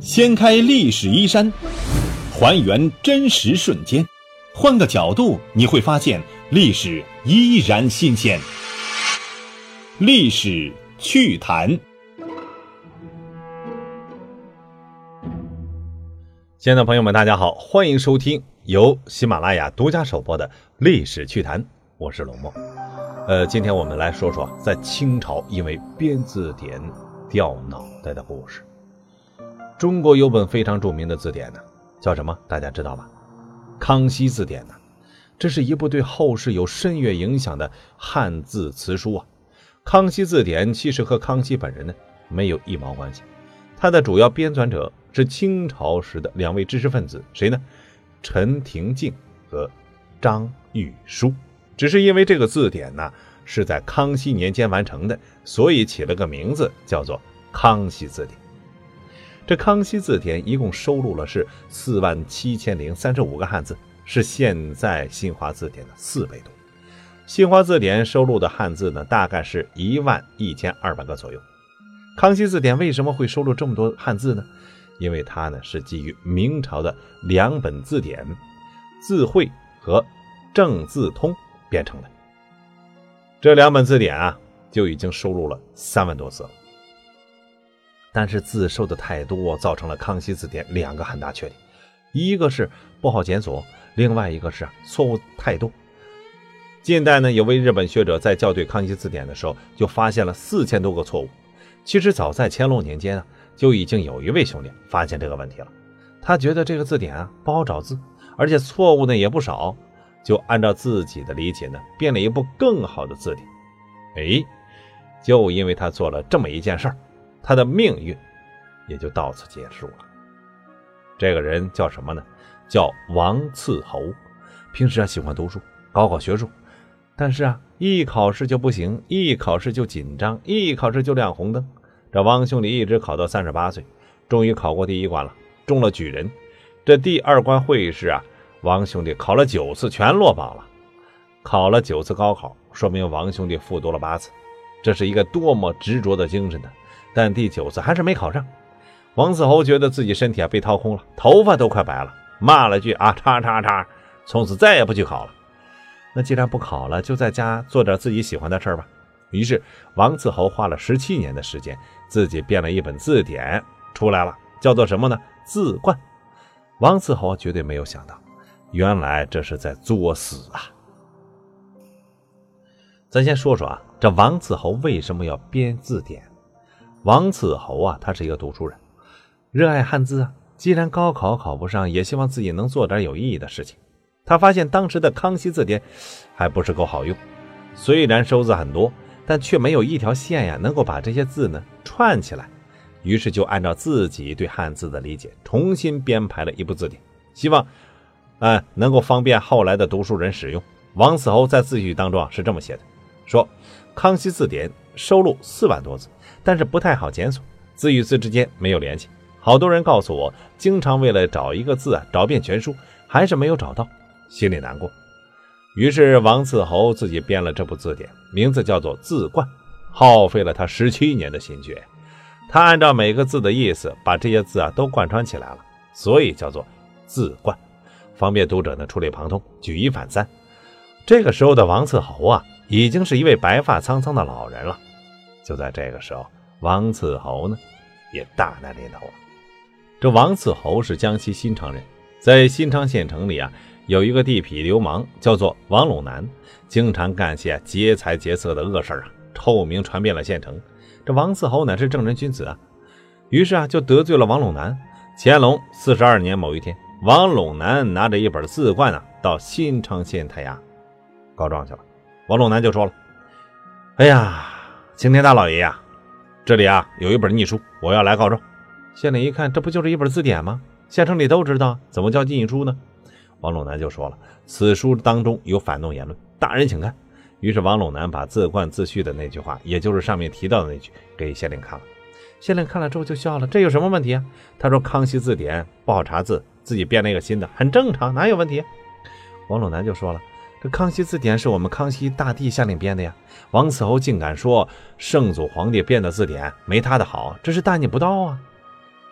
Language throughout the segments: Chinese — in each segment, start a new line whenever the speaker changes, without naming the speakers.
掀开历史衣衫，还原真实瞬间，换个角度你会发现历史依然新鲜。历史趣谈。
亲爱的朋友们，大家好，欢迎收听由喜马拉雅独家首播的历史趣谈，我是龙墨。今天我们来说说在清朝因为编字典掉脑袋的故事。中国有本非常著名的字典呢，叫什么？大家知道吧？康熙字典呢，这是一部对后世有深远影响的汉字词书啊。康熙字典其实和康熙本人呢没有一毛关系，它的主要编纂者是清朝时的两位知识分子，谁呢？陈廷敬和张玉书。只是因为这个字典呢是在康熙年间完成的，所以起了个名字叫做康熙字典。这康熙字典一共收录了是47035个汉字，是现在新华字典的4倍多。新华字典收录的汉字呢大概是11200个左右。康熙字典为什么会收录这么多汉字呢？因为它呢是基于明朝的2本字典字汇和正字通编成的。这2本字典啊就已经收录了3万多字了。但是字收的太多，造成了康熙字典2个很大缺点，一个是不好检索，另外一个是错误太多。近代呢，有位日本学者在校对康熙字典的时候就发现了4000多个错误。其实早在乾隆年间就已经有一位兄弟发现这个问题了，他觉得这个字典不好找字，而且错误呢也不少，就按照自己的理解呢编了一部更好的字典。就因为他做了这么一件事儿，他的命运也就到此结束了。这个人叫什么呢？叫王赐侯。平时喜欢读书，搞学术，但是一考试就不行，一考试就紧张，一考试就亮红灯。这王兄弟一直考到38岁，终于考过第1关了，中了举人。这第2关会试王兄弟考了9次，全落榜了。考了9次高考，说明王兄弟复读了8次，这是一个多么执着的精神呢？但第9次还是没考上。王赐侯觉得自己身体被掏空了，头发都快白了，骂了句叉叉叉，从此再也不去考了。那既然不考了，就在家做点自己喜欢的事吧。于是王赐侯花了17年的时间，自己编了一本字典出来了，叫做什么呢？字冠。王赐侯绝对没有想到，原来这是在作死啊。咱先说说这王赐侯为什么要编字典。王赐侯他是一个读书人，热爱汉字既然高考考不上，也希望自己能做点有意义的事情。他发现当时的康熙字典还不是够好用，虽然收字很多，但却没有一条线能够把这些字呢串起来。于是就按照自己对汉字的理解重新编排了一部字典，希望能够方便后来的读书人使用。王赐侯在自序当中是这么写的，说康熙字典收录4万多字，但是不太好检索，字与字之间没有联系。好多人告诉我，经常为了找一个字找遍全书，还是没有找到，心里难过。于是王赐侯自己编了这部字典，名字叫做字冠，耗费了他17年的心血。他按照每个字的意思把这些字都贯穿起来了，所以叫做字冠，方便读者呢触类旁通，举一反三。这个时候的王赐侯已经是一位白发苍苍的老人了。就在这个时候，王赐侯呢也大难临头了。这王赐侯是江西新昌人，在新昌县城里有一个地痞流氓叫做王陇南，经常干些劫财劫色的恶事臭名传遍了县城。这王赐侯乃是正人君子于是就得罪了王陇南。乾隆42年某一天，王陇南拿着一本字冠到新昌县太衙告状去了。王陇南就说了，青天大老爷这里有一本逆书，我要来告状。县令一看，这不就是一本字典吗？县城里都知道，怎么叫逆书呢？王陇南就说了，此书当中有反动言论，大人请看。于是王陇南把字冠自序的那句话，也就是上面提到的那句，给县令看了。县令看了之后就笑了，这有什么问题他说康熙字典不好查字，自己编了一个新的，很正常，哪有问题王陇南就说了，这康熙字典是我们康熙大帝下令编的呀，王赐侯竟敢说圣祖皇帝编的字典没他的好，这是大逆不道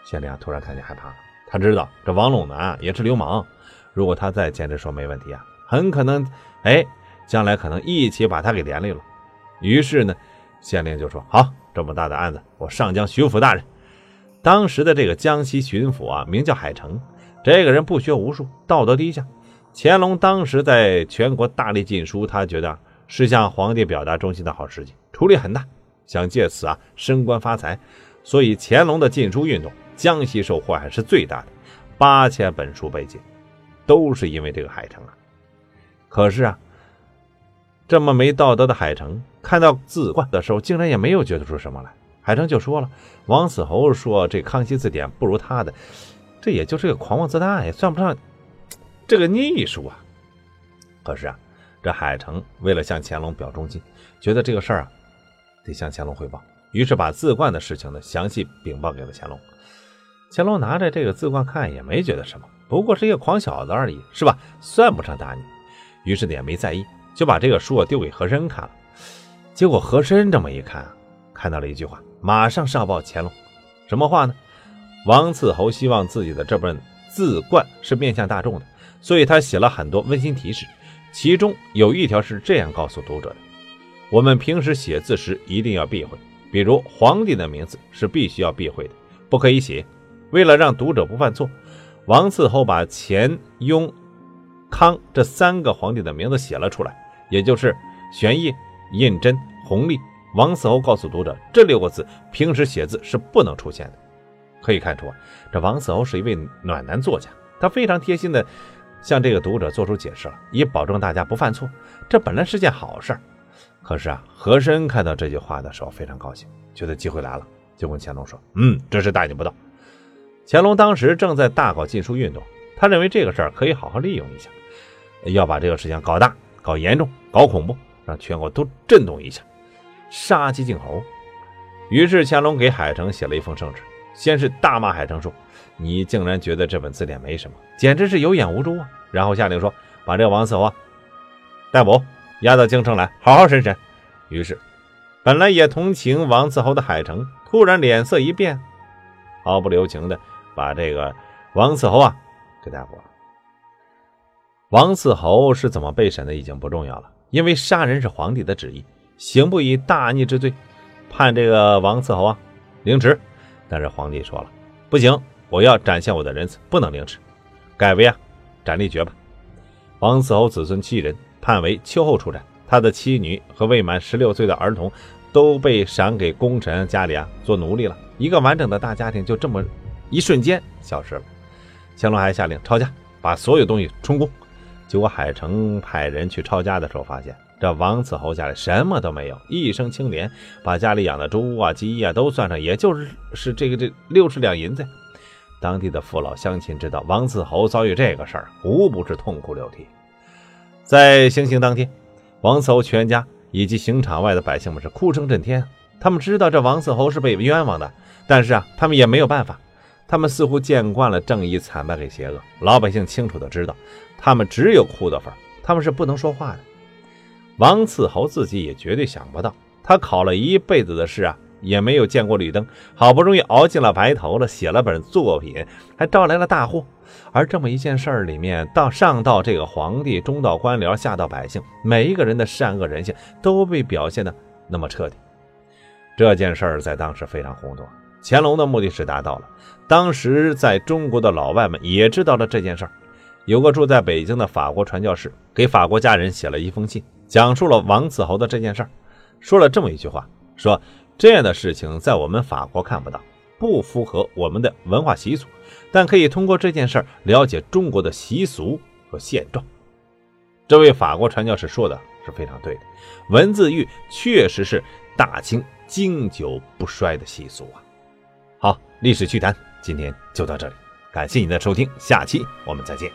县令突然感觉害怕了，他知道这王陇南也是流氓，如果他再坚持说没问题很可能将来可能一起把他给连累了。于是呢，县令就说好，这么大的案子我上江巡抚大人。当时的这个江西巡抚名叫海成，这个人不学无术，道德低下。乾隆当时在全国大力禁书，他觉得是向皇帝表达忠心的好时机，出力很大，想借此升官发财。所以乾隆的禁书运动，江西受祸害是最大的，8000本书被禁，都是因为这个海成可是这么没道德的海成，看到字冠的时候竟然也没有觉得出什么来。海成就说了，王死侯说这康熙字典不如他的，这也就是个狂妄自大，也算不上这个秘书可是这海成为了向乾隆表忠心，觉得这个事儿得向乾隆汇报，于是把字冠的事情呢详细禀报给了乾隆。乾隆拿着这个字冠看也没觉得什么，不过是一个狂小子而已，是吧？算不上大逆，于是也没在意，就把这个书丢给和珅看了。结果和珅这么一看看到了一句话，马上上报乾隆。什么话呢？王次侯希望自己的这本字冠是面向大众的，所以他写了很多温馨提示，其中有一条是这样告诉读者的：我们平时写字时一定要避讳，比如皇帝的名字是必须要避讳的，不可以写。为了让读者不犯错，王次侯把乾、雍、康这3个皇帝的名字写了出来，也就是玄烨、胤禛、弘历。王次侯告诉读者，这6个字平时写字是不能出现的。可以看出这王次侯是一位暖男作家，他非常贴心的向这个读者做出解释了，以保证大家不犯错，这本来是件好事。可是和珅看到这句话的时候非常高兴，觉得机会来了，就跟乾隆说真是大逆不道。乾隆当时正在大搞禁书运动，他认为这个事儿可以好好利用一下，要把这个事情搞大、搞严重、搞恐怖，让全国都震动一下，杀鸡儆猴。于是乾隆给海成写了一封圣旨，先是大骂海成说，你竟然觉得这本字典没什么，简直是有眼无珠然后下令说，把这个王次侯逮捕，押到京城来好好审审。于是本来也同情王次侯的海成突然脸色一变，毫不留情的把这个王次侯给逮捕了。王次侯是怎么被审的已经不重要了，因为杀人是皇帝的旨意，刑不以大逆之罪，判这个王次侯凌迟。但是皇帝说了，不行，我要展现我的仁慈，不能凌迟，改为斩立决吧。王次侯子孙7人判为秋后出斩，他的妻女和未满16岁的儿童都被赏给功臣家里做奴隶了，一个完整的大家庭就这么一瞬间消失了。乾隆还下令抄家，把所有东西充公。结果海成派人去抄家的时候，发现这王次侯家里什么都没有，一生清廉，把家里养的猪鸡都算上，也就是这60两银子。当地的父老乡亲知道王次侯遭遇这个事儿，无不是痛哭流涕。在行刑当天，王次侯全家以及刑场外的百姓们是哭声震天，他们知道这王次侯是被冤枉的，但是他们也没有办法，他们似乎见惯了正义惨败给邪恶，老百姓清楚的知道他们只有哭的份，他们是不能说话的。王次侯自己也绝对想不到，他考了一辈子的试也没有见过绿灯，好不容易熬进了白头了，写了本作品，还招来了大祸。而这么一件事儿里面，上到这个皇帝，中到官僚，下到百姓，每一个人的善恶人性都被表现的那么彻底。这件事儿在当时非常轰动，乾隆的目的是达到了。当时在中国的老外们也知道了这件事儿，有个住在北京的法国传教士给法国家人写了一封信，讲述了王次侯的这件事儿，说了这么一句话，说这样的事情在我们法国看不到，不符合我们的文化习俗，但可以通过这件事儿了解中国的习俗和现状。这位法国传教士说的是非常对的，文字狱确实是大清经久不衰的习俗好，历史趣谈今天就到这里，感谢您的收听，下期我们再见。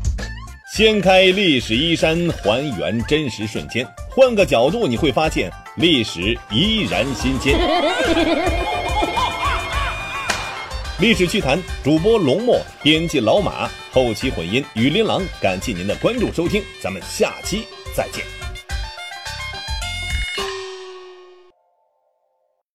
掀开历史衣衫，还原真实瞬间，换个角度你会发现历史依然新鲜。历史趣谈，主播龙墨，编辑老马，后期混音雨林郎。感谢您的关注收听，咱们下期再见。